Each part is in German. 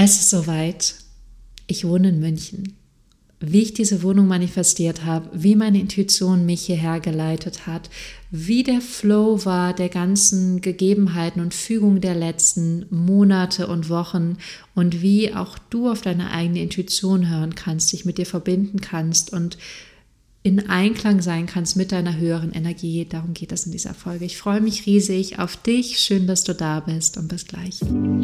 Es ist soweit. Ich wohne in München. Wie ich diese Wohnung manifestiert habe, wie meine Intuition mich hierher geleitet hat, wie der Flow war der ganzen Gegebenheiten und Fügung der letzten Monate und Wochen und wie auch du auf deine eigene Intuition hören kannst, dich mit dir verbinden kannst und in Einklang sein kannst mit deiner höheren Energie. Darum geht es in dieser Folge. Ich freue mich riesig auf dich. Schön, dass du da bist und bis gleich.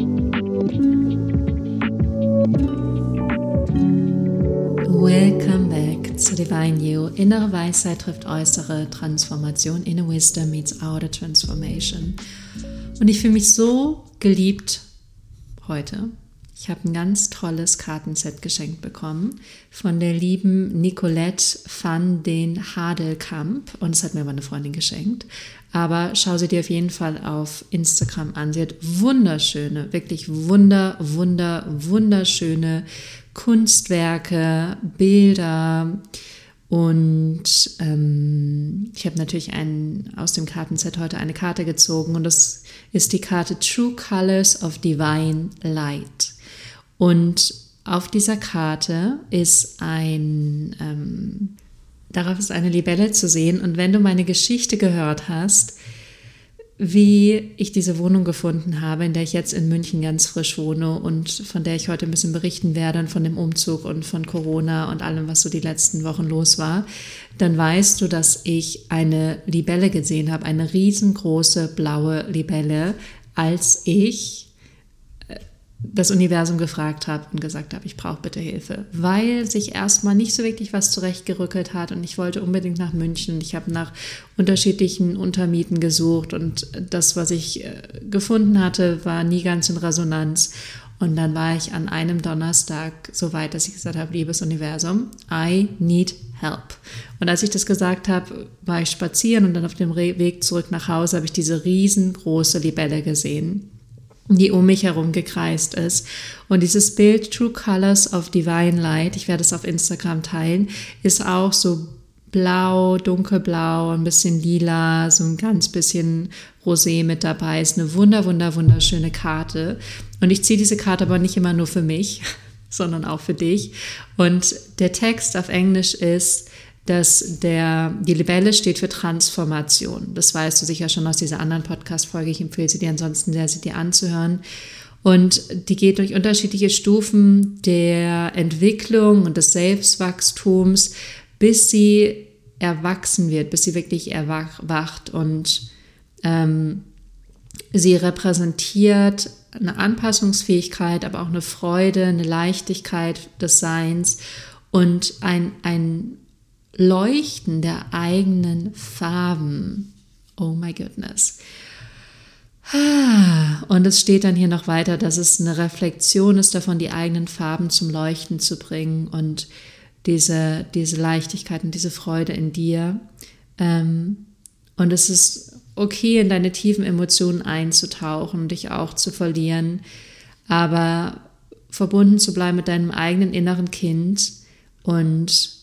Welcome back zu Divine You. Innere Weisheit trifft äußere Transformation. Inner Wisdom meets outer transformation. Und ich fühle mich so geliebt heute. Ich habe ein ganz tolles Kartenset geschenkt bekommen von der lieben Nicolette van den Hadelkamp. Und es hat mir meine Freundin geschenkt. Aber schau sie dir auf jeden Fall auf Instagram an. Sie hat wunderschöne, wirklich wunderschöne Kunstwerke, Bilder und ich habe natürlich aus dem Kartenset heute eine Karte gezogen und das ist die Karte True Colors of Divine Light. Und auf dieser Karte ist darauf ist eine Libelle zu sehen und wenn du meine Geschichte gehört hast, wie ich diese Wohnung gefunden habe, in der ich jetzt in München ganz frisch wohne und von der ich heute ein bisschen berichten werde und von dem Umzug und von Corona und allem, was so die letzten Wochen los war, dann weißt du, dass ich eine Libelle gesehen habe, eine riesengroße blaue Libelle, als ich das Universum gefragt habe und gesagt habe, ich brauche bitte Hilfe, weil sich erstmal nicht so wirklich was zurechtgerückelt hat und ich wollte unbedingt nach München. Ich habe nach unterschiedlichen Untermieten gesucht und das, was ich gefunden hatte, war nie ganz in Resonanz. Und dann war ich an einem Donnerstag so weit, dass ich gesagt habe, liebes Universum, I need help. Und als ich das gesagt habe, war ich spazieren und dann auf dem Weg zurück nach Hause habe ich diese riesengroße Libelle gesehen, die um mich herum gekreist ist. Und dieses Bild True Colors of Divine Light, ich werde es auf Instagram teilen, ist auch so blau, dunkelblau, ein bisschen lila, so ein ganz bisschen Rosé mit dabei. Ist eine wunderschöne Karte. Und ich ziehe diese Karte aber nicht immer nur für mich, sondern auch für dich. Und der Text auf Englisch ist, dass die Libelle steht für Transformation. Das weißt du sicher schon aus dieser anderen Podcast-Folge. Ich empfehle sie dir ansonsten sehr, sie dir anzuhören. Und die geht durch unterschiedliche Stufen der Entwicklung und des Selbstwachstums, bis sie erwachsen wird, bis sie wirklich erwacht. Und sie repräsentiert eine Anpassungsfähigkeit, aber auch eine Freude, eine Leichtigkeit des Seins und ein Leuchten der eigenen Farben. Oh my goodness. Und es steht dann hier noch weiter, dass es eine Reflexion ist davon, die eigenen Farben zum Leuchten zu bringen und diese Leichtigkeit und diese Freude in dir. Und es ist okay, in deine tiefen Emotionen einzutauchen und dich auch zu verlieren, aber verbunden zu bleiben mit deinem eigenen inneren Kind und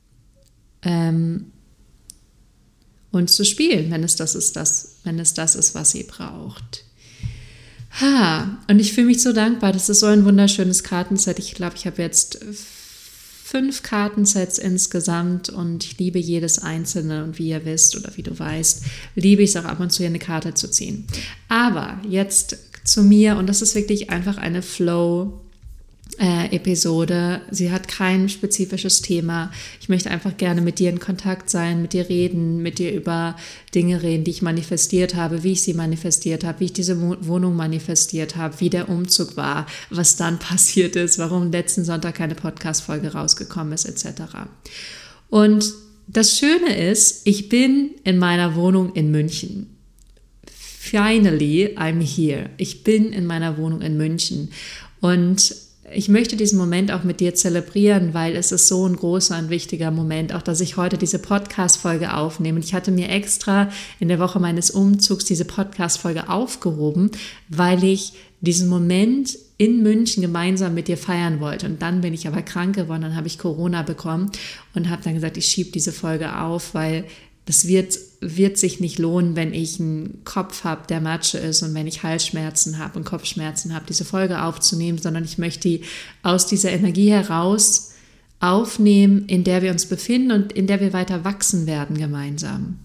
zu spielen, wenn es das ist, was sie braucht. Und ich fühle mich so dankbar. Das ist so ein wunderschönes Kartenset. Ich glaube, ich habe jetzt 5 Kartensets insgesamt und ich liebe jedes einzelne. Und wie ihr wisst oder wie du weißt, liebe ich es auch ab und zu, hier eine Karte zu ziehen. Aber jetzt zu mir, und das ist wirklich einfach eine Flow-Episode. Sie hat kein spezifisches Thema. Ich möchte einfach gerne mit dir in Kontakt sein, mit dir reden, mit dir über Dinge reden, die ich manifestiert habe, wie ich sie manifestiert habe, wie ich diese Wohnung manifestiert habe, wie der Umzug war, was dann passiert ist, warum letzten Sonntag keine Podcast-Folge rausgekommen ist, etc. Und das Schöne ist, ich bin in meiner Wohnung in München. Finally, I'm here. Ich bin in meiner Wohnung in München und ich möchte diesen Moment auch mit dir zelebrieren, weil es ist so ein großer und wichtiger Moment, auch dass ich heute diese Podcast-Folge aufnehme. Und ich hatte mir extra in der Woche meines Umzugs diese Podcast-Folge aufgehoben, weil ich diesen Moment in München gemeinsam mit dir feiern wollte. Und dann bin ich aber krank geworden, dann habe ich Corona bekommen und habe dann gesagt, ich schiebe diese Folge auf, weil Das wird sich nicht lohnen, wenn ich einen Kopf habe, der Matsche ist und wenn ich Halsschmerzen habe und Kopfschmerzen habe, diese Folge aufzunehmen, sondern ich möchte die aus dieser Energie heraus aufnehmen, in der wir uns befinden und in der wir weiter wachsen werden gemeinsam.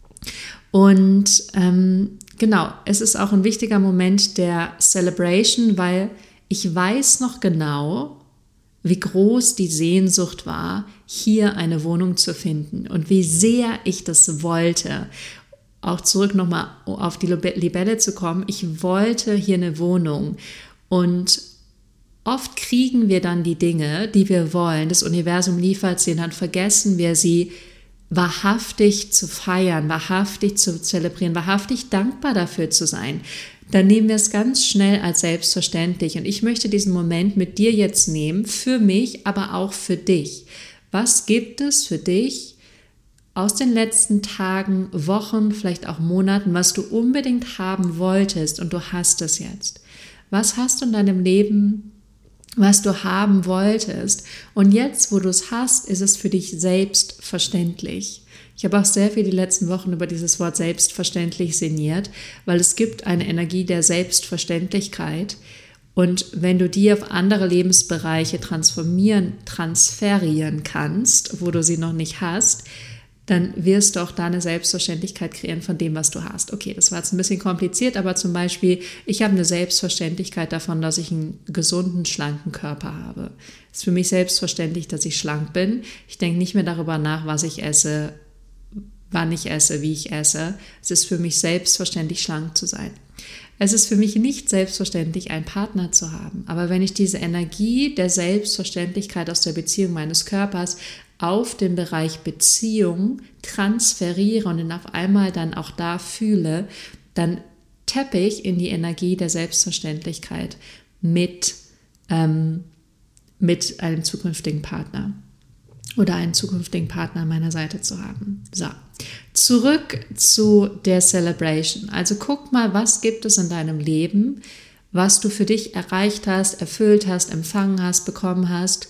Und genau, es ist auch ein wichtiger Moment der Celebration, weil ich weiß noch genau, wie groß die Sehnsucht war, hier eine Wohnung zu finden und wie sehr ich das wollte. Auch zurück nochmal auf die Libelle zu kommen. Ich wollte hier eine Wohnung und oft kriegen wir dann die Dinge, die wir wollen. Das Universum liefert sie und dann vergessen wir sie wahrhaftig zu feiern, wahrhaftig zu zelebrieren, wahrhaftig dankbar dafür zu sein. Dann nehmen wir es ganz schnell als selbstverständlich. Und ich möchte diesen Moment mit dir jetzt nehmen, für mich, aber auch für dich. Was gibt es für dich aus den letzten Tagen, Wochen, vielleicht auch Monaten, was du unbedingt haben wolltest und du hast es jetzt? Was hast du in deinem Leben, was du haben wolltest? Und jetzt, wo du es hast, ist es für dich selbstverständlich. Ich habe auch sehr viel die letzten Wochen über dieses Wort selbstverständlich sinniert, weil es gibt eine Energie der Selbstverständlichkeit. Und wenn du die auf andere Lebensbereiche transferieren kannst, wo du sie noch nicht hast, dann wirst du auch da eine Selbstverständlichkeit kreieren von dem, was du hast. Okay, das war jetzt ein bisschen kompliziert, aber zum Beispiel, ich habe eine Selbstverständlichkeit davon, dass ich einen gesunden, schlanken Körper habe. Es ist für mich selbstverständlich, dass ich schlank bin. Ich denke nicht mehr darüber nach, was ich esse, wann ich esse, wie ich esse. Es ist für mich selbstverständlich, schlank zu sein. Es ist für mich nicht selbstverständlich, einen Partner zu haben. Aber wenn ich diese Energie der Selbstverständlichkeit aus der Beziehung meines Körpers auf den Bereich Beziehung transferiere und ihn auf einmal dann auch da fühle, dann tappe ich in die Energie der Selbstverständlichkeit mit einem zukünftigen Partner oder einen zukünftigen Partner an meiner Seite zu haben. So, zurück zu der Celebration. Also guck mal, was gibt es in deinem Leben, was du für dich erreicht hast, erfüllt hast, empfangen hast, bekommen hast,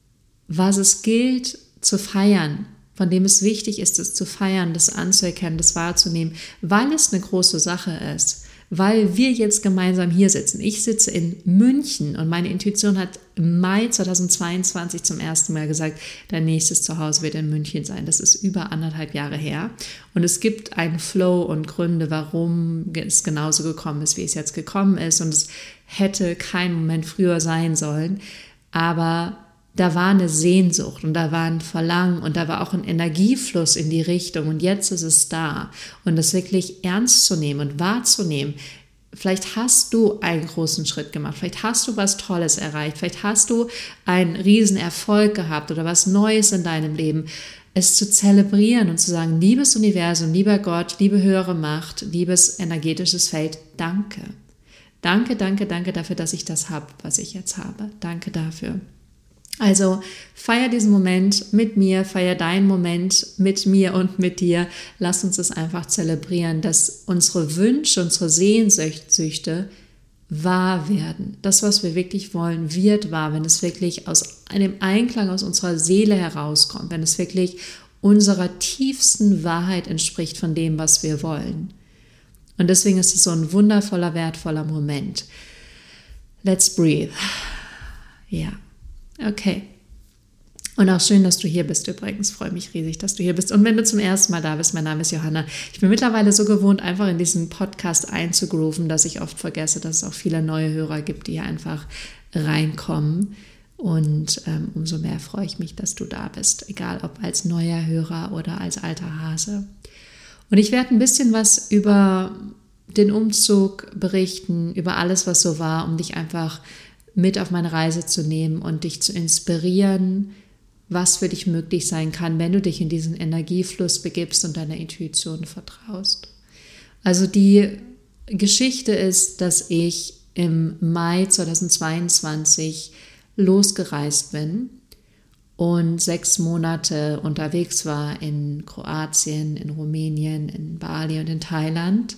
was es gilt zu feiern, von dem es wichtig ist, es zu feiern, das anzuerkennen, das wahrzunehmen, weil es eine große Sache ist, weil wir jetzt gemeinsam hier sitzen. Ich sitze in München und meine Intuition hat im Mai 2022 zum ersten Mal gesagt, dein nächstes Zuhause wird in München sein. Das ist über 1,5 Jahre her und es gibt einen Flow und Gründe, warum es genauso gekommen ist, wie es jetzt gekommen ist, und es hätte kein Moment früher sein sollen, aber da war eine Sehnsucht und da war ein Verlangen und da war auch ein Energiefluss in die Richtung und jetzt ist es da. Und das wirklich ernst zu nehmen und wahrzunehmen. Vielleicht hast du einen großen Schritt gemacht, vielleicht hast du was Tolles erreicht, vielleicht hast du einen riesen Erfolg gehabt oder was Neues in deinem Leben. Es zu zelebrieren und zu sagen, liebes Universum, lieber Gott, liebe höhere Macht, liebes energetisches Feld, danke. Danke, danke, danke dafür, dass ich das habe, was ich jetzt habe. Danke dafür. Also feier diesen Moment mit mir, feier deinen Moment mit mir und mit dir. Lass uns es einfach zelebrieren, dass unsere Wünsche, unsere Sehnsüchte wahr werden. Das, was wir wirklich wollen, wird wahr, wenn es wirklich aus einem Einklang aus unserer Seele herauskommt, wenn es wirklich unserer tiefsten Wahrheit entspricht von dem, was wir wollen. Und deswegen ist es so ein wundervoller, wertvoller Moment. Let's breathe. Ja. Okay. Und auch schön, dass du hier bist übrigens. Freue mich riesig, dass du hier bist. Und wenn du zum ersten Mal da bist, mein Name ist Johanna. Ich bin mittlerweile so gewohnt, einfach in diesen Podcast einzugrooven, dass ich oft vergesse, dass es auch viele neue Hörer gibt, die hier einfach reinkommen. Und umso mehr freue ich mich, dass du da bist. Egal, ob als neuer Hörer oder als alter Hase. Und ich werde ein bisschen was über den Umzug berichten, über alles, was so war, um dich einfach mit auf meine Reise zu nehmen und dich zu inspirieren, was für dich möglich sein kann, wenn du dich in diesen Energiefluss begibst und deiner Intuition vertraust. Also die Geschichte ist, dass ich im Mai 2022 losgereist bin und 6 Monate unterwegs war in Kroatien, in Rumänien, in Bali und in Thailand.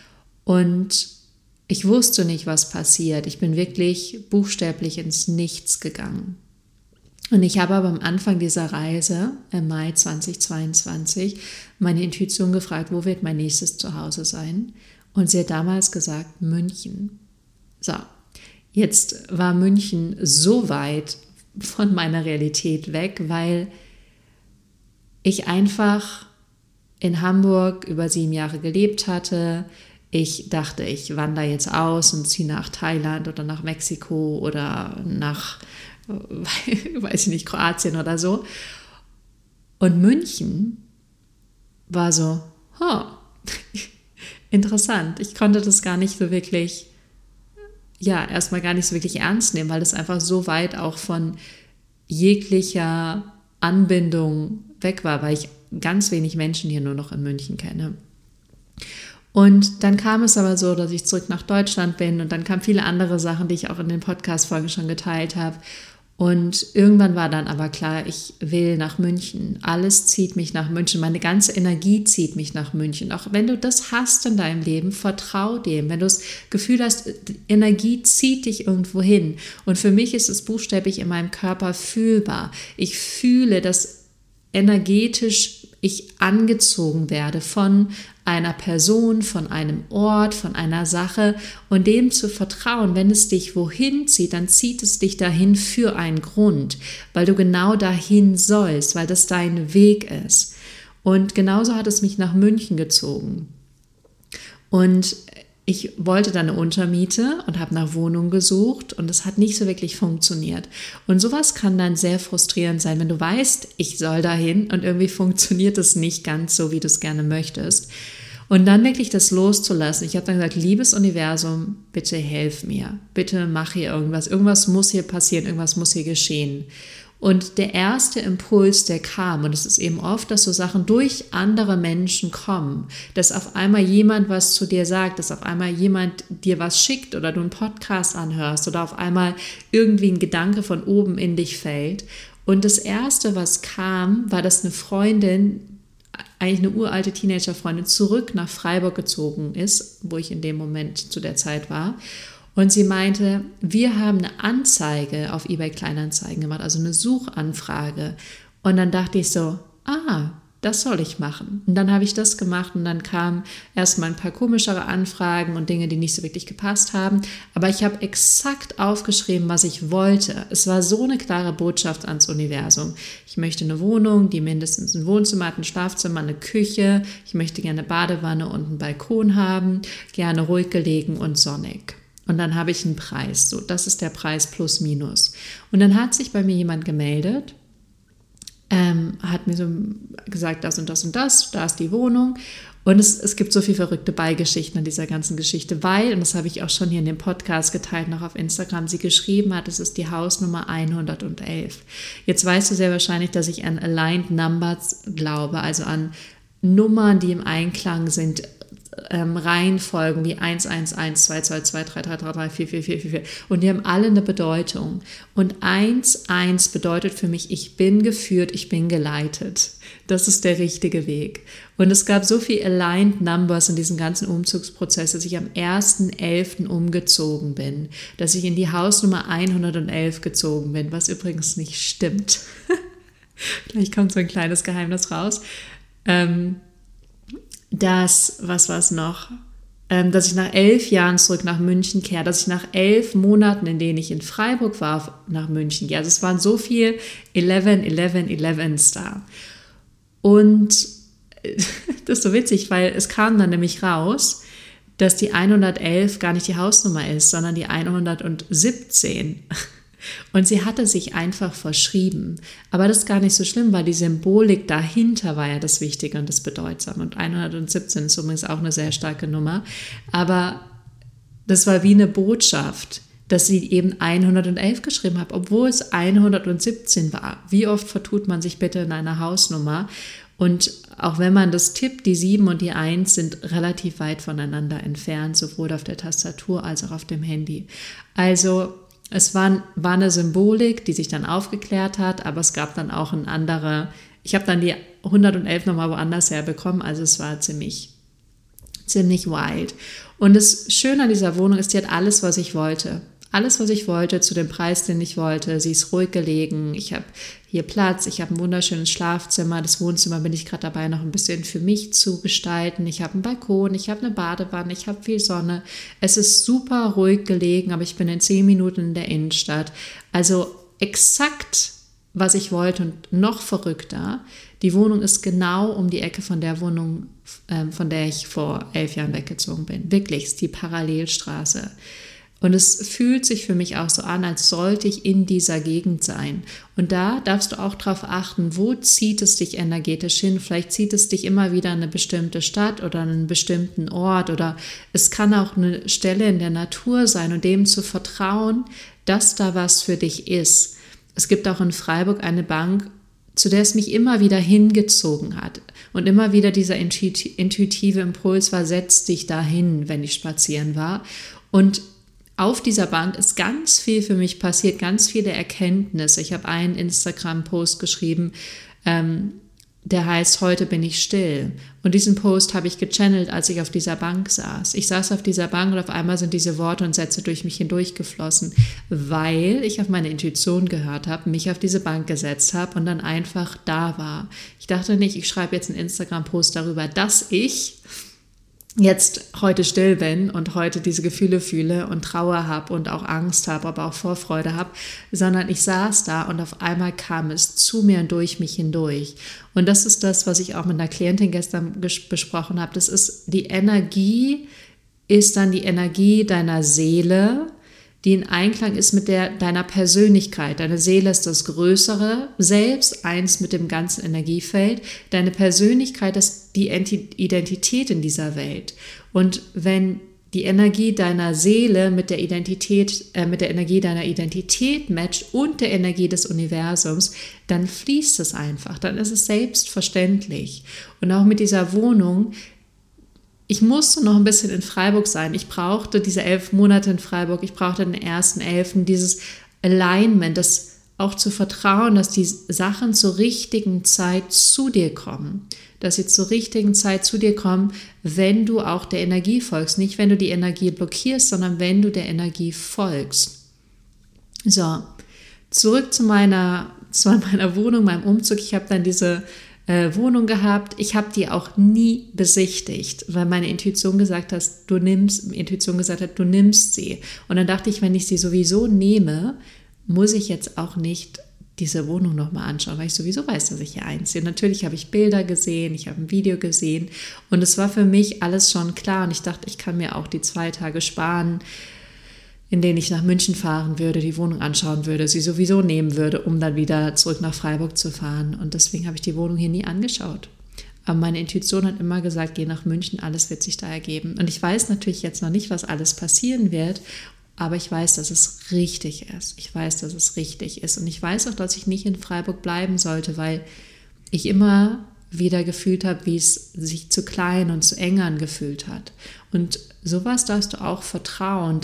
Und ich wusste nicht, was passiert. Ich bin wirklich buchstäblich ins Nichts gegangen. Und ich habe aber am Anfang dieser Reise, im Mai 2022, meine Intuition gefragt, wo wird mein nächstes Zuhause sein? Und sie hat damals gesagt, München. So, jetzt war München so weit von meiner Realität weg, weil ich einfach in Hamburg über 7 Jahre gelebt hatte. Ich dachte, ich wandere jetzt aus und ziehe nach Thailand oder nach Mexiko oder nach, weiß ich nicht, Kroatien oder so. Und München war so, interessant. Ich konnte das gar nicht so wirklich, erstmal gar nicht so wirklich ernst nehmen, weil das einfach so weit auch von jeglicher Anbindung weg war, weil ich ganz wenig Menschen hier nur noch in München kenne. Und dann kam es aber so, dass ich zurück nach Deutschland bin und dann kamen viele andere Sachen, die ich auch in den Podcast-Folgen schon geteilt habe. Und irgendwann war dann aber klar, ich will nach München. Alles zieht mich nach München. Meine ganze Energie zieht mich nach München. Auch wenn du das hast in deinem Leben, vertrau dem. Wenn du das Gefühl hast, Energie zieht dich irgendwo hin. Und für mich ist es buchstäblich in meinem Körper fühlbar. Ich fühle, dass energetisch ich angezogen werde von einer Person, von einem Ort, von einer Sache und dem zu vertrauen, wenn es dich wohin zieht, dann zieht es dich dahin für einen Grund, weil du genau dahin sollst, weil das dein Weg ist. Und genauso hat es mich nach München gezogen. Und ich wollte dann eine Untermiete und habe nach Wohnung gesucht und es hat nicht so wirklich funktioniert. Und sowas kann dann sehr frustrierend sein, wenn du weißt, ich soll dahin und irgendwie funktioniert es nicht ganz so, wie du es gerne möchtest. Und dann wirklich das loszulassen. Ich habe dann gesagt, liebes Universum, bitte helf mir, bitte mach hier irgendwas. Irgendwas muss hier passieren, irgendwas muss hier geschehen. Und der erste Impuls, der kam, und es ist eben oft, dass so Sachen durch andere Menschen kommen, dass auf einmal jemand was zu dir sagt, dass auf einmal jemand dir was schickt oder du einen Podcast anhörst oder auf einmal irgendwie ein Gedanke von oben in dich fällt. Und das Erste, was kam, war, dass eine Freundin, eigentlich eine uralte Teenager-Freundin, zurück nach Freiburg gezogen ist, wo ich in dem Moment zu der Zeit war. Und sie meinte, wir haben eine Anzeige auf eBay Kleinanzeigen gemacht, also eine Suchanfrage. Und dann dachte ich so, das soll ich machen. Und dann habe ich das gemacht und dann kamen erstmal ein paar komischere Anfragen und Dinge, die nicht so wirklich gepasst haben. Aber ich habe exakt aufgeschrieben, was ich wollte. Es war so eine klare Botschaft ans Universum. Ich möchte eine Wohnung, die mindestens ein Wohnzimmer hat, ein Schlafzimmer, eine Küche. Ich möchte gerne eine Badewanne und einen Balkon haben, gerne ruhig gelegen und sonnig. Und dann habe ich einen Preis. So, das ist der Preis plus minus. Und dann hat sich bei mir jemand gemeldet, hat mir so gesagt, das und das und das, da ist die Wohnung. Und es gibt so viele verrückte Beigeschichten an dieser ganzen Geschichte, weil, und das habe ich auch schon hier in dem Podcast geteilt, noch auf Instagram, sie geschrieben hat, es ist die Hausnummer 111. Jetzt weißt du sehr wahrscheinlich, dass ich an Aligned Numbers glaube, also an Nummern, die im Einklang sind, Reihenfolgen wie 111, 222, 333, 44444 und die haben alle eine Bedeutung. Und 11 bedeutet für mich, ich bin geführt, ich bin geleitet. Das ist der richtige Weg. Und es gab so viel Aligned Numbers in diesem ganzen Umzugsprozess, dass ich am 1.11. umgezogen bin, dass ich in die Hausnummer 111 gezogen bin, was übrigens nicht stimmt. Vielleicht kommt so ein kleines Geheimnis raus. Dass ich nach 11 Jahren zurück nach München kehre, dass ich nach 11 Monaten, in denen ich in Freiburg war, nach München gehe. Also es waren so viel 11 da. Und das ist so witzig, weil es kam dann nämlich raus, dass die 111 gar nicht die Hausnummer ist, sondern die 117. Und sie hatte sich einfach verschrieben. Aber das ist gar nicht so schlimm, weil die Symbolik dahinter war ja das Wichtige und das Bedeutsame. Und 117 ist übrigens auch eine sehr starke Nummer. Aber das war wie eine Botschaft, dass sie eben 111 geschrieben hat, obwohl es 117 war. Wie oft vertut man sich bitte in einer Hausnummer? Und auch wenn man das tippt, die 7 und die 1 sind relativ weit voneinander entfernt, sowohl auf der Tastatur als auch auf dem Handy. Also es war eine Symbolik, die sich dann aufgeklärt hat, aber es gab dann auch ich habe dann die 111 nochmal woanders herbekommen, also es war ziemlich wild. Und das Schöne an dieser Wohnung ist, die hat alles, was ich wollte. alles, was ich wollte, zu dem Preis, den ich wollte. Sie ist ruhig gelegen. Ich habe hier Platz. Ich habe ein wunderschönes Schlafzimmer. Das Wohnzimmer bin ich gerade dabei, noch ein bisschen für mich zu gestalten. Ich habe einen Balkon. Ich habe eine Badewanne. Ich habe viel Sonne. Es ist super ruhig gelegen, aber ich bin in 10 Minuten in der Innenstadt. Also exakt, was ich wollte und noch verrückter. Die Wohnung ist genau um die Ecke von der Wohnung, von der ich vor 11 Jahren weggezogen bin. Wirklich, ist die Parallelstraße. Und es fühlt sich für mich auch so an, als sollte ich in dieser Gegend sein. Und da darfst du auch darauf achten, wo zieht es dich energetisch hin? Vielleicht zieht es dich immer wieder an eine bestimmte Stadt oder an einen bestimmten Ort, oder es kann auch eine Stelle in der Natur sein und dem zu vertrauen, dass da was für dich ist. Es gibt auch in Freiburg eine Bank, zu der es mich immer wieder hingezogen hat. Und immer wieder dieser intuitive Impuls war, setz dich dahin, wenn ich spazieren war. Und auf dieser Bank ist ganz viel für mich passiert, ganz viele Erkenntnisse. Ich habe einen Instagram-Post geschrieben, der heißt, heute bin ich still. Und diesen Post habe ich gechannelt, als ich auf dieser Bank saß. Ich saß auf dieser Bank und auf einmal sind diese Worte und Sätze durch mich hindurchgeflossen, weil ich auf meine Intuition gehört habe, mich auf diese Bank gesetzt habe und dann einfach da war. Ich dachte nicht, ich schreibe jetzt einen Instagram-Post darüber, dass ich jetzt heute still bin und heute diese Gefühle fühle und Trauer habe und auch Angst habe, aber auch Vorfreude habe, sondern ich saß da und auf einmal kam es zu mir und durch mich hindurch. Und das ist das, was ich auch mit einer Klientin gestern besprochen habe. Das ist die Energie, ist dann die Energie deiner Seele, die in Einklang ist mit deiner Persönlichkeit. Deine Seele ist das größere Selbst, eins mit dem ganzen Energiefeld. Deine Persönlichkeit ist die Identität in dieser Welt. Und wenn die Energie deiner Seele mit der Energie deiner Identität matcht und der Energie des Universums, dann fließt es einfach, dann ist es selbstverständlich. Und auch mit dieser Wohnung, ich musste noch ein bisschen in Freiburg sein. Ich brauchte diese 11 Monate in Freiburg. Ich brauchte den 1.11. dieses Alignment, das auch zu vertrauen, dass die Sachen zur richtigen Zeit zu dir kommen. Dass sie zur richtigen Zeit zu dir kommen, wenn du auch der Energie folgst. Nicht, wenn du die Energie blockierst, sondern wenn du der Energie folgst. So, zurück zu meiner Wohnung, meinem Umzug. Ich habe dann diese Wohnung gehabt. Ich habe die auch nie besichtigt, weil meine Intuition gesagt hat, du nimmst sie. Und dann dachte ich, wenn ich sie sowieso nehme, muss ich jetzt auch nicht diese Wohnung nochmal anschauen, weil ich sowieso weiß, dass ich hier einziehe. Natürlich habe ich Bilder gesehen, ich habe ein Video gesehen und es war für mich alles schon klar. Und ich dachte, ich kann mir auch die 2 Tage sparen, in denen ich nach München fahren würde, die Wohnung anschauen würde, sie sowieso nehmen würde, um dann wieder zurück nach Freiburg zu fahren. Und deswegen habe ich die Wohnung hier nie angeschaut. Aber meine Intuition hat immer gesagt, geh nach München, alles wird sich da ergeben. Und ich weiß natürlich jetzt noch nicht, was alles passieren wird, aber ich weiß, dass es richtig ist. Ich weiß, dass es richtig ist. Und ich weiß auch, dass ich nicht in Freiburg bleiben sollte, weil ich immer wieder gefühlt habe, wie es sich zu klein und zu eng angefühlt hat. Und sowas darfst du auch vertrauen.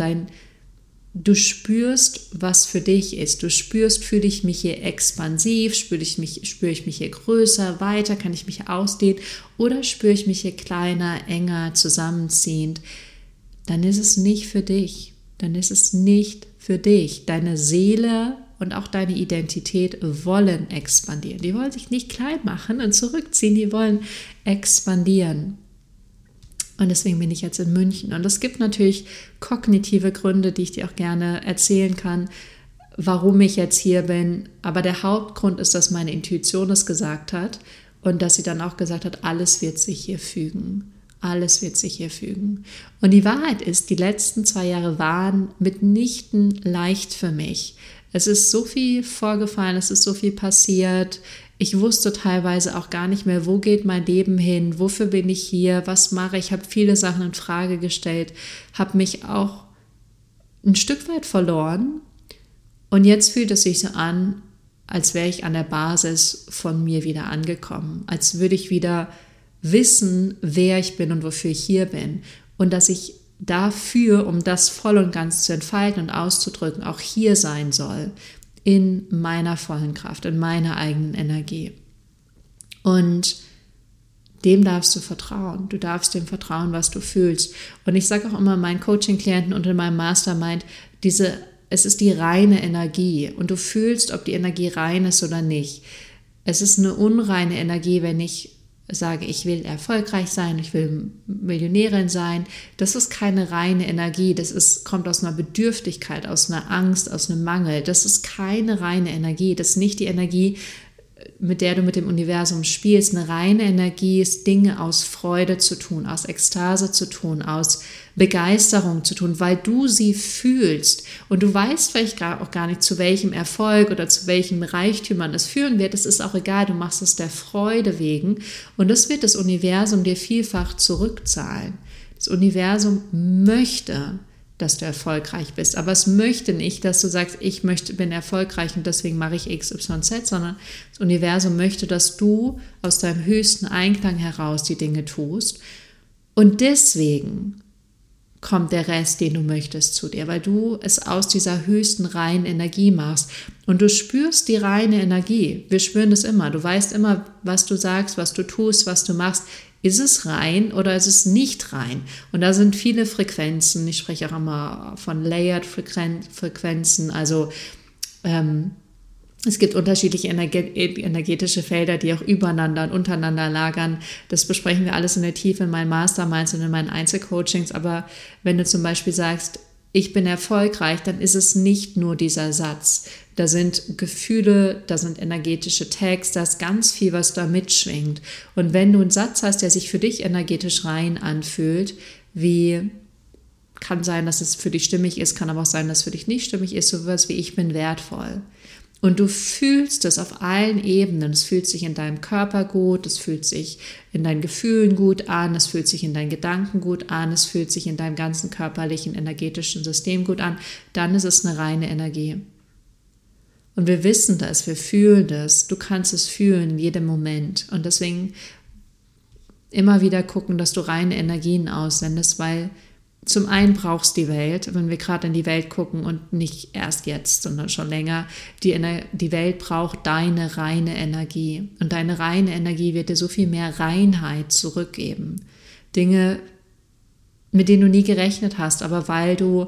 Du spürst, was für dich ist. Du spürst, fühle ich mich hier expansiv, spüre ich mich hier größer, weiter, kann ich mich hier ausdehnen oder spüre ich mich hier kleiner, enger, zusammenziehend. Dann ist es nicht für dich. Dann ist es nicht für dich. Deine Seele und auch deine Identität wollen expandieren. Die wollen sich nicht klein machen und zurückziehen, die wollen expandieren. Und deswegen bin ich jetzt in München. Und es gibt natürlich kognitive Gründe, die ich dir auch gerne erzählen kann, warum ich jetzt hier bin. Aber der Hauptgrund ist, dass meine Intuition es gesagt hat und dass sie dann auch gesagt hat, alles wird sich hier fügen. Alles wird sich hier fügen. Und die Wahrheit ist, die letzten 2 Jahre waren mitnichten leicht für mich. Es ist so viel vorgefallen, es ist so viel passiert. Ich wusste teilweise auch gar nicht mehr, wo geht mein Leben hin, wofür bin ich hier, was mache ich. Ich habe viele Sachen in Frage gestellt, habe mich auch ein Stück weit verloren. Und jetzt fühlt es sich so an, als wäre ich an der Basis von mir wieder angekommen, als würde ich wieder wissen, wer ich bin und wofür ich hier bin. Und dass ich dafür, um das voll und ganz zu entfalten und auszudrücken, auch hier sein soll, in meiner vollen Kraft, in meiner eigenen Energie. Und dem darfst du vertrauen. Du darfst dem vertrauen, was du fühlst. Und ich sage auch immer meinen Coaching-Klienten und in meinem Mastermind, diese Es ist die reine Energie und du fühlst, ob die Energie rein ist oder nicht. Es ist eine unreine Energie, wenn ich sage, ich will erfolgreich sein, ich will Millionärin sein. Das ist keine reine Energie, kommt aus einer Bedürftigkeit, aus einer Angst, aus einem Mangel. Das ist keine reine Energie, das ist nicht die Energie, mit der du mit dem Universum spielst. Eine reine Energie ist, Dinge aus Freude zu tun, aus Ekstase zu tun, aus Begeisterung zu tun, weil du sie fühlst und du weißt vielleicht auch gar nicht, zu welchem Erfolg oder zu welchem Reichtümern es führen wird. Es ist auch egal, du machst es der Freude wegen und das wird das Universum dir vielfach zurückzahlen. Das Universum möchte, dass du erfolgreich bist. Aber es möchte nicht, dass du sagst, bin erfolgreich und deswegen mache ich XYZ, sondern das Universum möchte, dass du aus deinem höchsten Einklang heraus die Dinge tust. Und deswegen kommt der Rest, den du möchtest, zu dir, weil du es aus dieser höchsten reinen Energie machst. Und du spürst die reine Energie. Wir spüren das immer. Du weißt immer, was du sagst, was du tust, was du machst. Ist es rein oder ist es nicht rein? Und da sind viele Frequenzen. Ich spreche auch immer von Layered Frequenzen. Also es gibt unterschiedliche energetische Felder, die auch übereinander und untereinander lagern. Das besprechen wir alles in der Tiefe in meinen Masterminds und in meinen Einzelcoachings. Aber wenn du zum Beispiel sagst, ich bin erfolgreich, dann ist es nicht nur dieser Satz. Da sind Gefühle, da sind energetische Tags, da ist ganz viel, was da mitschwingt. Und wenn du einen Satz hast, der sich für dich energetisch rein anfühlt, kann sein, dass es für dich stimmig ist, kann aber auch sein, dass es für dich nicht stimmig ist, sowas wie ich bin wertvoll. Und du fühlst es auf allen Ebenen. Es fühlt sich in deinem Körper gut, es fühlt sich in deinen Gefühlen gut an, es fühlt sich in deinen Gedanken gut an, es fühlt sich in deinem ganzen körperlichen, energetischen System gut an. Dann ist es eine reine Energie. Und wir wissen das, wir fühlen das. Du kannst es fühlen in jedem Moment. Und deswegen immer wieder gucken, dass du reine Energien aussendest, weil zum einen brauchst die Welt, wenn wir gerade in die Welt gucken und nicht erst jetzt, sondern schon länger, die Welt braucht deine reine Energie. Und deine reine Energie wird dir so viel mehr Reinheit zurückgeben. Dinge, mit denen du nie gerechnet hast, aber weil du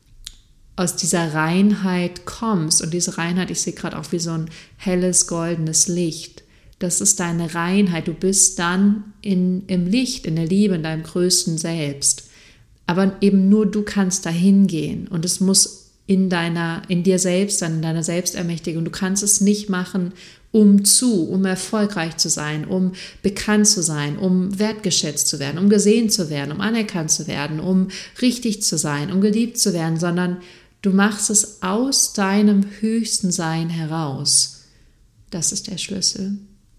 aus dieser Reinheit kommst, und diese Reinheit, ich sehe gerade auch wie so ein helles, goldenes Licht, das ist deine Reinheit. Du bist dann im Licht, in der Liebe, in deinem größten Selbst. Aber eben nur du kannst dahin gehen und es muss in dir selbst sein, in deiner Selbstermächtigung. Du kannst es nicht machen, um erfolgreich zu sein, um bekannt zu sein, um wertgeschätzt zu werden, um gesehen zu werden, um anerkannt zu werden, um richtig zu sein, um geliebt zu werden, sondern du machst es aus deinem höchsten Sein heraus. Das ist der Schlüssel.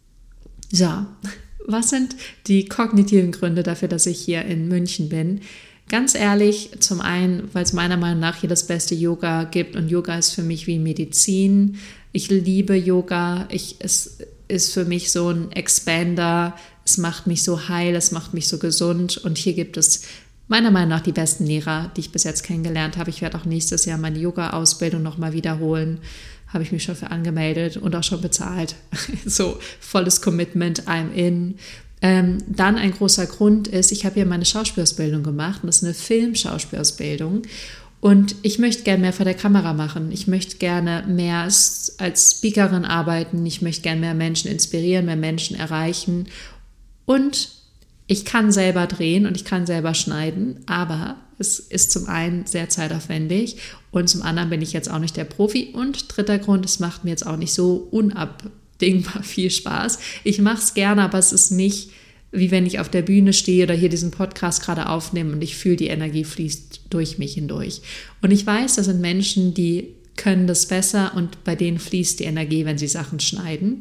So, was sind die kognitiven Gründe dafür, dass ich hier in München bin? Ganz ehrlich, zum einen, weil es meiner Meinung nach hier das beste Yoga gibt und Yoga ist für mich wie Medizin. Ich liebe Yoga, es ist für mich so ein Expander, es macht mich so heil, es macht mich so gesund und hier gibt es meiner Meinung nach die besten Lehrer, die ich bis jetzt kennengelernt habe. Ich werde auch nächstes Jahr meine Yoga-Ausbildung nochmal wiederholen, habe ich mich schon für angemeldet und auch schon bezahlt. So volles Commitment, I'm in. Dann ein großer Grund ist, ich habe hier meine Schauspielausbildung gemacht und das ist eine Filmschauspielausbildung und ich möchte gerne mehr vor der Kamera machen. Ich möchte gerne mehr als Speakerin arbeiten, ich möchte gerne mehr Menschen inspirieren, mehr Menschen erreichen und ich kann selber drehen und ich kann selber schneiden, aber es ist zum einen sehr zeitaufwendig und zum anderen bin ich jetzt auch nicht der Profi und dritter Grund, es macht mir jetzt auch nicht so unabdingbar viel Spaß. Ich mache es gerne, aber es ist nicht, wie wenn ich auf der Bühne stehe oder hier diesen Podcast gerade aufnehme und ich fühle, die Energie fließt durch mich hindurch. Und ich weiß, das sind Menschen, die können das besser und bei denen fließt die Energie, wenn sie Sachen schneiden.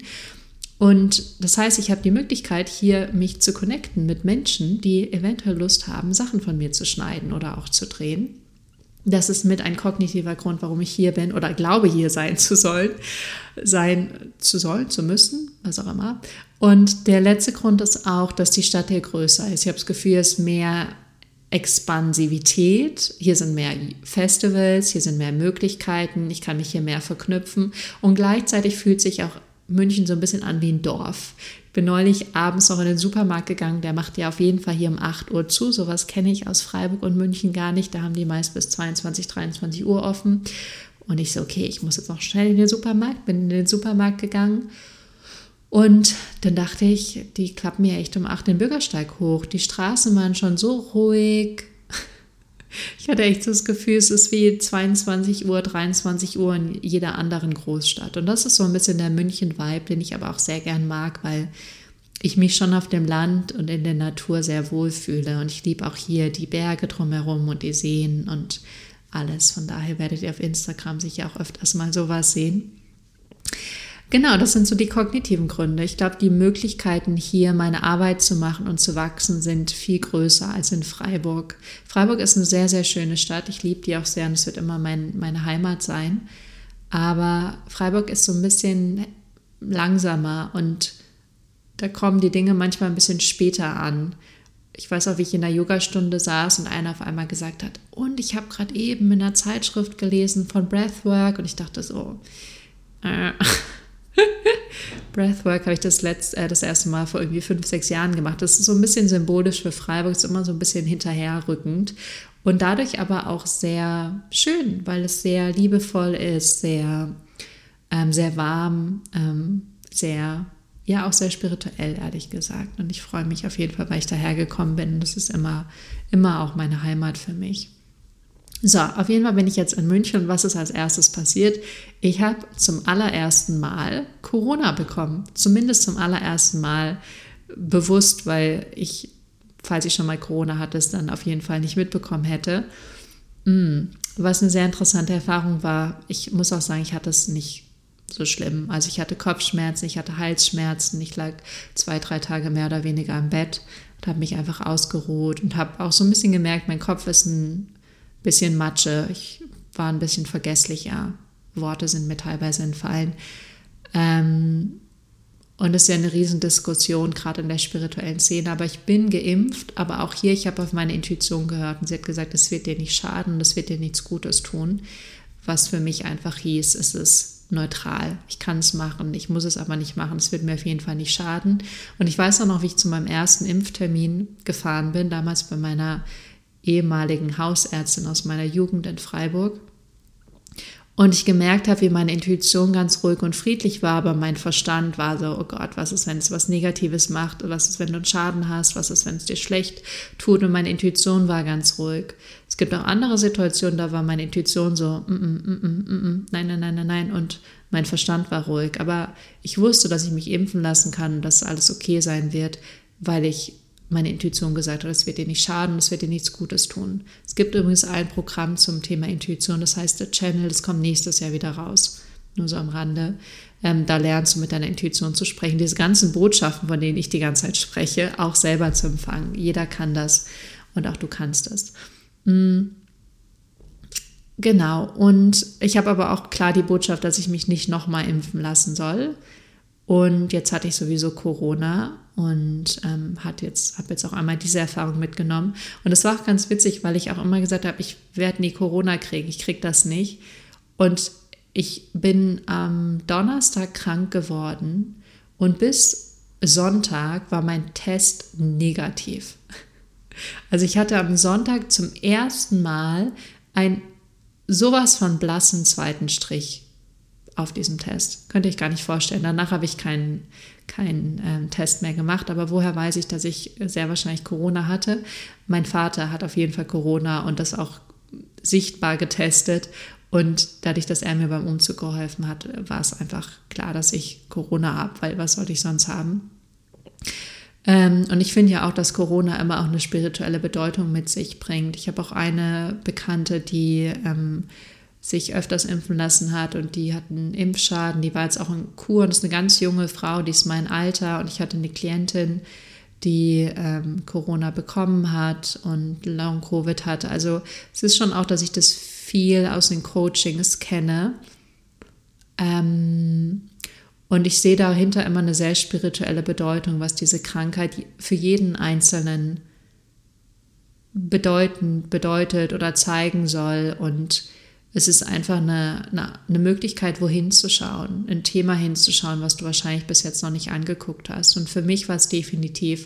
Und das heißt, ich habe die Möglichkeit, hier mich zu connecten mit Menschen, die eventuell Lust haben, Sachen von mir zu schneiden oder auch zu drehen. Das ist mit ein kognitiver Grund, warum ich hier bin oder glaube, hier sein zu müssen, was auch immer. Und der letzte Grund ist auch, dass die Stadt hier größer ist. Ich habe das Gefühl, es ist mehr Expansivität. Hier sind mehr Festivals, hier sind mehr Möglichkeiten. Ich kann mich hier mehr verknüpfen. Und gleichzeitig fühlt sich auch München so ein bisschen an wie ein Dorf. Ich bin neulich abends noch in den Supermarkt gegangen, der macht ja auf jeden Fall hier um 8 Uhr zu. Sowas kenne ich aus Freiburg und München gar nicht. Da haben die meist bis 22, 23 Uhr offen. Und ich so, okay, ich muss jetzt noch schnell in den Supermarkt, bin in den Supermarkt gegangen. Und dann dachte ich, die klappen ja echt um 8 den Bürgersteig hoch. Die Straßen waren schon so ruhig. Ich hatte echt so das Gefühl, es ist wie 22 Uhr, 23 Uhr in jeder anderen Großstadt. Und das ist so ein bisschen der München-Vibe, den ich aber auch sehr gern mag, weil ich mich schon auf dem Land und in der Natur sehr wohl fühle. Und ich liebe auch hier die Berge drumherum und die Seen und alles. Von daher werdet ihr auf Instagram sicher auch öfters mal sowas sehen. Genau, das sind so die kognitiven Gründe. Ich glaube, die Möglichkeiten hier meine Arbeit zu machen und zu wachsen sind viel größer als in Freiburg. Freiburg ist eine sehr, sehr schöne Stadt. Ich liebe die auch sehr und es wird immer meine Heimat sein. Aber Freiburg ist so ein bisschen langsamer und da kommen die Dinge manchmal ein bisschen später an. Ich weiß auch, wie ich in der Yogastunde saß und einer auf einmal gesagt hat, und ich habe gerade eben in einer Zeitschrift gelesen von Breathwork und ich dachte so, Breathwork habe ich das erste Mal vor irgendwie 5, 6 Jahren gemacht. Das ist so ein bisschen symbolisch für Freiburg, ist immer so ein bisschen hinterherrückend und dadurch aber auch sehr schön, weil es sehr liebevoll ist, sehr, sehr warm, auch sehr spirituell, ehrlich gesagt. Und ich freue mich auf jeden Fall, weil ich dahergekommen bin. Das ist immer auch meine Heimat für mich. So, auf jeden Fall bin ich jetzt in München und was ist als erstes passiert? Ich habe zum allerersten Mal Corona bekommen. Zumindest zum allerersten Mal bewusst, weil ich, falls ich schon mal Corona hatte, es dann auf jeden Fall nicht mitbekommen hätte. Was eine sehr interessante Erfahrung war. Ich muss auch sagen, ich hatte es nicht so schlimm. Also ich hatte Kopfschmerzen, ich hatte Halsschmerzen, ich lag 2, 3 Tage mehr oder weniger im Bett und habe mich einfach ausgeruht und habe auch so ein bisschen gemerkt, mein Kopf ist ein bisschen Matsche, ich war ein bisschen vergesslicher, Worte sind mir teilweise entfallen. Und es ist ja eine Riesendiskussion, gerade in der spirituellen Szene, aber ich bin geimpft, aber auch hier, ich habe auf meine Intuition gehört und sie hat gesagt, es wird dir nicht schaden, das wird dir nichts Gutes tun, was für mich einfach hieß, es ist neutral, ich kann es machen, ich muss es aber nicht machen, es wird mir auf jeden Fall nicht schaden. Und ich weiß auch noch, wie ich zu meinem ersten Impftermin gefahren bin, damals bei meiner ehemaligen Hausärztin aus meiner Jugend in Freiburg. Und ich gemerkt habe, wie meine Intuition ganz ruhig und friedlich war, aber mein Verstand war so, oh Gott, was ist, wenn es was Negatives macht? Was ist, wenn du einen Schaden hast? Was ist, wenn es dir schlecht tut? Und meine Intuition war ganz ruhig. Es gibt auch andere Situationen, da war meine Intuition so, nein. Und mein Verstand war ruhig. Aber ich wusste, dass ich mich impfen lassen kann und dass alles okay sein wird, weil ich meine Intuition gesagt hat, es wird dir nicht schaden, es wird dir nichts Gutes tun. Es gibt übrigens ein Programm zum Thema Intuition, das heißt The Channel, das kommt nächstes Jahr wieder raus, nur so am Rande. Da lernst du mit deiner Intuition zu sprechen, diese ganzen Botschaften, von denen ich die ganze Zeit spreche, auch selber zu empfangen. Jeder kann das und auch du kannst das. Genau, und ich habe aber auch klar die Botschaft, dass ich mich nicht nochmal impfen lassen soll. Und jetzt hatte ich sowieso Corona und habe jetzt auch einmal diese Erfahrung mitgenommen. Und es war auch ganz witzig, weil ich auch immer gesagt habe, ich werde nie Corona kriegen, ich kriege das nicht. Und ich bin am Donnerstag krank geworden und bis Sonntag war mein Test negativ. Also ich hatte am Sonntag zum ersten Mal ein sowas von blassen zweiten Strich auf diesem Test. Könnte ich gar nicht vorstellen. Danach habe ich keinen Test mehr gemacht, aber woher weiß ich, dass ich sehr wahrscheinlich Corona hatte? Mein Vater hat auf jeden Fall Corona und das auch sichtbar getestet und dadurch, dass er mir beim Umzug geholfen hat, war es einfach klar, dass ich Corona habe, weil was sollte ich sonst haben? Und ich finde ja auch, dass Corona immer auch eine spirituelle Bedeutung mit sich bringt. Ich habe auch eine Bekannte, die sich öfters impfen lassen hat und die hat einen Impfschaden, die war jetzt auch in Kur und ist eine ganz junge Frau, die ist mein Alter und ich hatte eine Klientin, die Corona bekommen hat und Long-Covid hatte. Also es ist schon auch, dass ich das viel aus den Coachings kenne und ich sehe dahinter immer eine sehr spirituelle Bedeutung, was diese Krankheit für jeden Einzelnen bedeutet oder zeigen soll und es ist einfach eine Möglichkeit, wohin zu schauen, ein Thema hinzuschauen, was du wahrscheinlich bis jetzt noch nicht angeguckt hast. Und für mich war es definitiv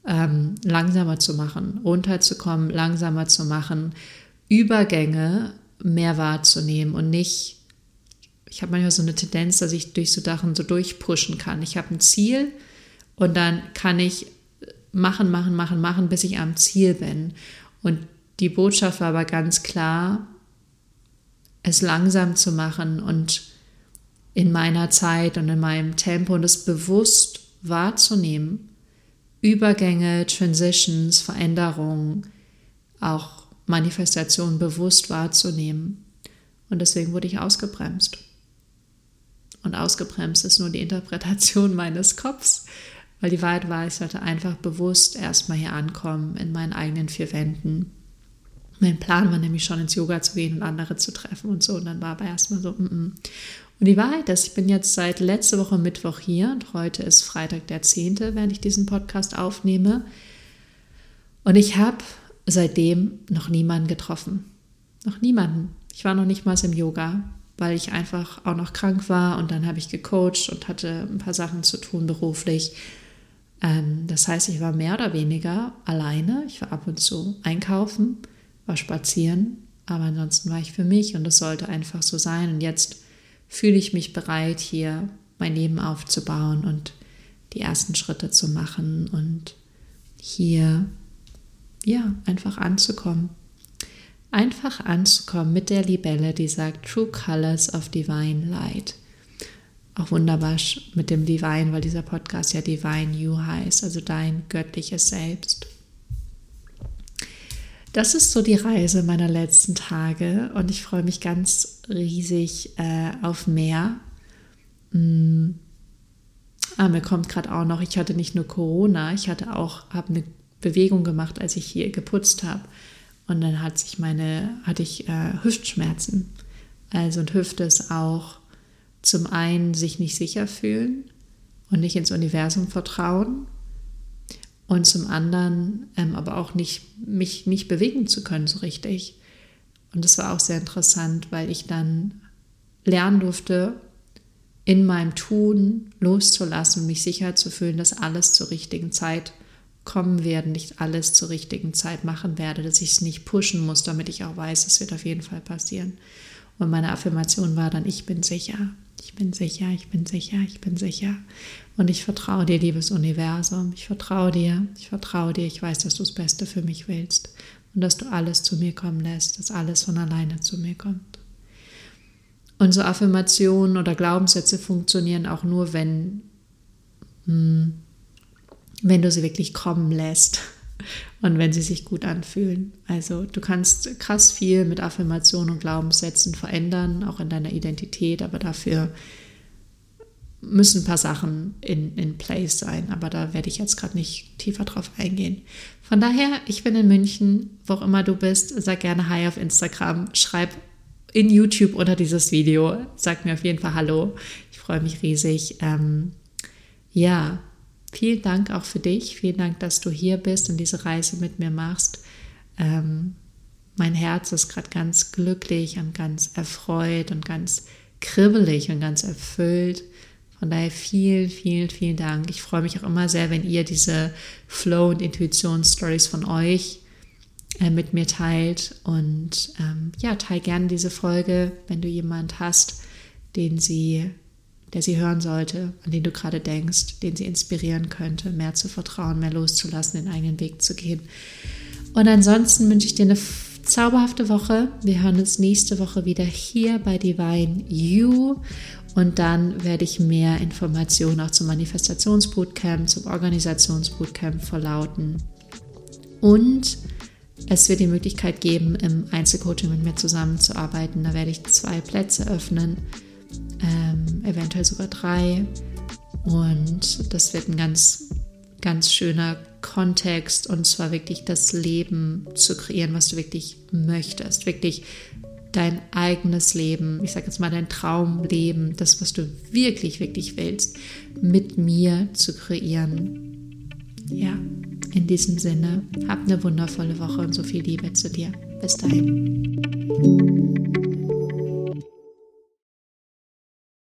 langsamer zu machen, runterzukommen, langsamer zu machen, Übergänge mehr wahrzunehmen und nicht, ich habe manchmal so eine Tendenz, dass ich durch so Sachen so durchpushen kann. Ich habe ein Ziel und dann kann ich machen, bis ich am Ziel bin. Und die Botschaft war aber ganz klar, es langsam zu machen und in meiner Zeit und in meinem Tempo und es bewusst wahrzunehmen. Übergänge, Transitions, Veränderungen, auch Manifestationen bewusst wahrzunehmen. Und deswegen wurde ich ausgebremst. Und ausgebremst ist nur die Interpretation meines Kopfs, weil die Wahrheit war, ich sollte einfach bewusst erstmal hier ankommen in meinen eigenen 4 Wänden. Mein Plan war nämlich schon ins Yoga zu gehen und andere zu treffen und so. Und dann war aber erstmal so, Und die Wahrheit ist, ich bin jetzt seit letzter Woche Mittwoch hier und heute ist Freitag der 10., während ich diesen Podcast aufnehme. Und ich habe seitdem noch niemanden getroffen. Noch niemanden. Ich war noch nicht mal im Yoga, weil ich einfach auch noch krank war und dann habe ich gecoacht und hatte ein paar Sachen zu tun beruflich. Das heißt, ich war mehr oder weniger alleine. Ich war ab und zu einkaufen, war spazieren, aber ansonsten war ich für mich und das sollte einfach so sein. Und jetzt fühle ich mich bereit, hier mein Leben aufzubauen und die ersten Schritte zu machen und hier einfach anzukommen. Einfach anzukommen mit der Libelle, die sagt True Colors of Divine Light. Auch wunderbar mit dem Divine, weil dieser Podcast ja Divine You heißt, also dein göttliches Selbst. Das ist so die Reise meiner letzten Tage und ich freue mich ganz riesig auf mehr. Mir kommt gerade auch noch, ich hatte nicht nur Corona, ich habe eine Bewegung gemacht, als ich hier geputzt habe. Und dann hatte ich Hüftschmerzen. Also und Hüfte ist auch zum einen sich nicht sicher fühlen und nicht ins Universum vertrauen und zum anderen aber auch mich nicht bewegen zu können so richtig. Und das war auch sehr interessant, weil ich dann lernen durfte, in meinem Tun loszulassen und mich sicher zu fühlen, dass alles zur richtigen Zeit kommen werden, nicht alles zur richtigen Zeit machen werde, dass ich es nicht pushen muss, damit ich auch weiß, es wird auf jeden Fall passieren. Und meine Affirmation war dann, ich bin sicher, ich bin sicher, ich bin sicher, ich bin sicher. Und ich vertraue dir, liebes Universum, ich vertraue dir, ich weiß, dass du das Beste für mich willst und dass du alles zu mir kommen lässt, dass alles von alleine zu mir kommt. Und so Affirmationen oder Glaubenssätze funktionieren auch nur, wenn du sie wirklich kommen lässt und wenn sie sich gut anfühlen. Also du kannst krass viel mit Affirmationen und Glaubenssätzen verändern, auch in deiner Identität, aber dafür müssen ein paar Sachen in place sein, aber da werde ich jetzt gerade nicht tiefer drauf eingehen. Von daher, ich bin in München, wo auch immer du bist, sag gerne Hi auf Instagram, schreib in YouTube unter dieses Video, sag mir auf jeden Fall Hallo, ich freue mich riesig. Vielen Dank auch für dich, vielen Dank, dass du hier bist und diese Reise mit mir machst. Mein Herz ist gerade ganz glücklich und ganz erfreut und ganz kribbelig und ganz erfüllt. Von daher vielen, vielen, vielen Dank. Ich freue mich auch immer sehr, wenn ihr diese Flow- und Intuitions-Stories von euch mit mir teilt. Und teil gerne diese Folge, wenn du jemanden hast, der sie hören sollte, an den du gerade denkst, den sie inspirieren könnte, mehr zu vertrauen, mehr loszulassen, den eigenen Weg zu gehen. Und ansonsten wünsche ich dir eine zauberhafte Woche. Wir hören uns nächste Woche wieder hier bei Divine You. Und dann werde ich mehr Informationen auch zum Manifestationsbootcamp, zum Organisationsbootcamp verlauten. Und es wird die Möglichkeit geben, im Einzelcoaching mit mir zusammenzuarbeiten. Da werde ich 2 Plätze öffnen, eventuell sogar 3. Und das wird ein ganz, ganz schöner Kontext, und zwar wirklich das Leben zu kreieren, was du wirklich möchtest. Wirklich dein eigenes Leben, ich sage jetzt mal dein Traumleben, das, was du wirklich, wirklich willst, mit mir zu kreieren. Ja, in diesem Sinne, hab eine wundervolle Woche und so viel Liebe zu dir. Bis dahin.